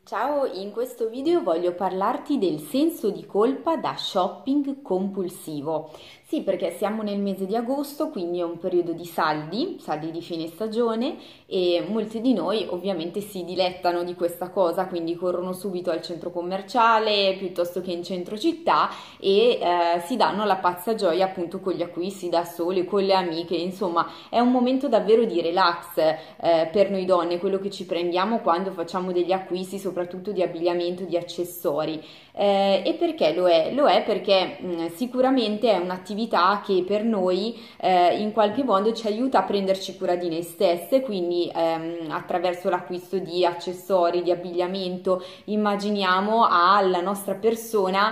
Ciao, in questo video voglio parlarti del senso di colpa da shopping compulsivo. Sì, perché siamo nel mese di agosto, quindi è un periodo di saldi di fine stagione e molti di noi ovviamente si dilettano di questa cosa, quindi corrono subito al centro commerciale piuttosto che in centro città e si danno la pazza gioia appunto con gli acquisti da sole, con le amiche, insomma è un momento davvero di relax per noi donne, quello che ci prendiamo quando facciamo degli acquisti, soprattutto di abbigliamento, di accessori. E perché lo è? Lo è perché sicuramente è un'attività che per noi in qualche modo ci aiuta a prenderci cura di noi stesse, quindi attraverso l'acquisto di accessori, di abbigliamento, immaginiamo alla nostra persona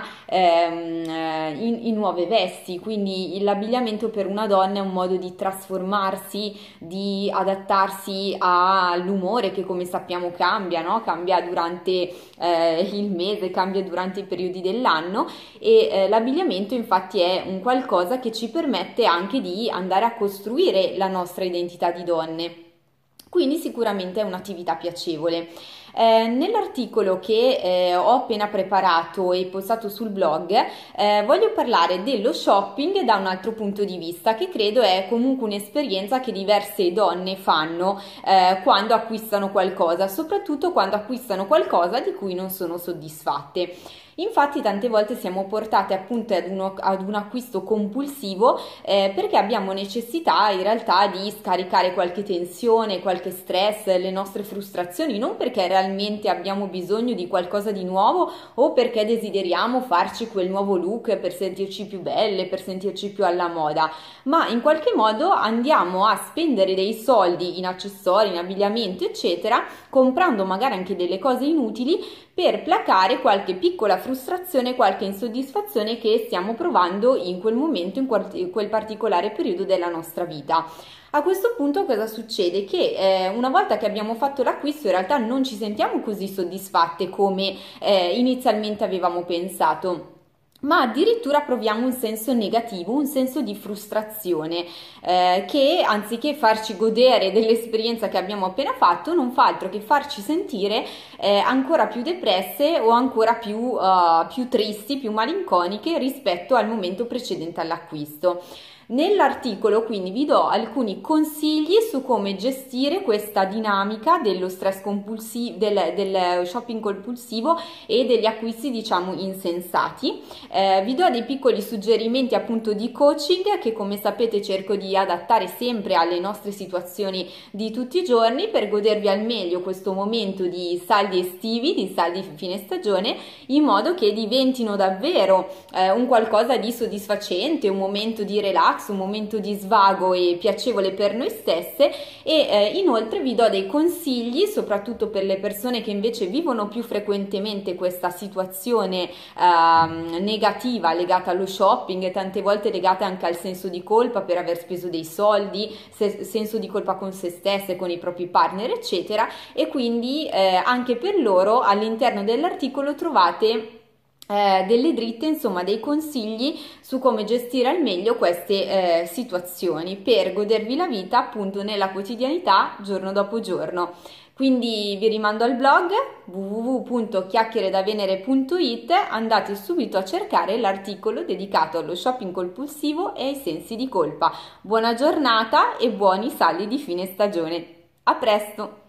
in nuove vesti, quindi l'abbigliamento per una donna è un modo di trasformarsi, di adattarsi all'umore che come sappiamo cambia, no? Cambia durante il mese, cambia durante i periodi dell'anno e l'abbigliamento infatti è un qualcosa che ci permette anche di andare a costruire la nostra identità di donne. Quindi sicuramente è un'attività piacevole. Nell'articolo che ho appena preparato e postato sul blog voglio parlare dello shopping da un altro punto di vista che credo è comunque un'esperienza che diverse donne fanno quando acquistano qualcosa, soprattutto quando acquistano qualcosa di cui non sono soddisfatte. Infatti tante volte siamo portate appunto ad un acquisto compulsivo perché abbiamo necessità in realtà di scaricare qualche tensione, qualche stress, le nostre frustrazioni, non perché realmente abbiamo bisogno di qualcosa di nuovo o perché desideriamo farci quel nuovo look per sentirci più belle, per sentirci più alla moda, ma in qualche modo andiamo a spendere dei soldi in accessori, in abbigliamento, eccetera, comprando magari anche delle cose inutili per placare qualche piccola frustrazione, qualche insoddisfazione che stiamo provando in quel momento, in quel particolare periodo della nostra vita. A questo punto cosa succede? Che una volta che abbiamo fatto l'acquisto in realtà non ci sentiamo così soddisfatte come inizialmente avevamo pensato, ma addirittura proviamo un senso negativo, un senso di frustrazione che anziché farci godere dell'esperienza che abbiamo appena fatto non fa altro che farci sentire ancora più depresse o ancora più tristi, più malinconiche rispetto al momento precedente all'acquisto. Nell'articolo quindi vi do alcuni consigli su come gestire questa dinamica dello stress compulsivo, del shopping compulsivo e degli acquisti diciamo insensati. Vi do dei piccoli suggerimenti appunto di coaching che come sapete cerco di adattare sempre alle nostre situazioni di tutti i giorni per godervi al meglio questo momento di saldi estivi, di saldi fine stagione, in modo che diventino davvero un qualcosa di soddisfacente, un momento di relax, un momento di svago e piacevole per noi stesse e inoltre vi do dei consigli soprattutto per le persone che invece vivono più frequentemente questa situazione negativa legata allo shopping, tante volte legata anche al senso di colpa per aver speso dei soldi, senso di colpa con se stesse, con i propri partner eccetera, e quindi anche per loro all'interno dell'articolo trovate delle dritte, insomma dei consigli su come gestire al meglio queste situazioni per godervi la vita appunto nella quotidianità giorno dopo giorno. Quindi vi rimando al blog www.chiacchieredavenere.it, andate subito a cercare l'articolo dedicato allo shopping compulsivo e ai sensi di colpa. Buona giornata e buoni saldi di fine stagione. A presto!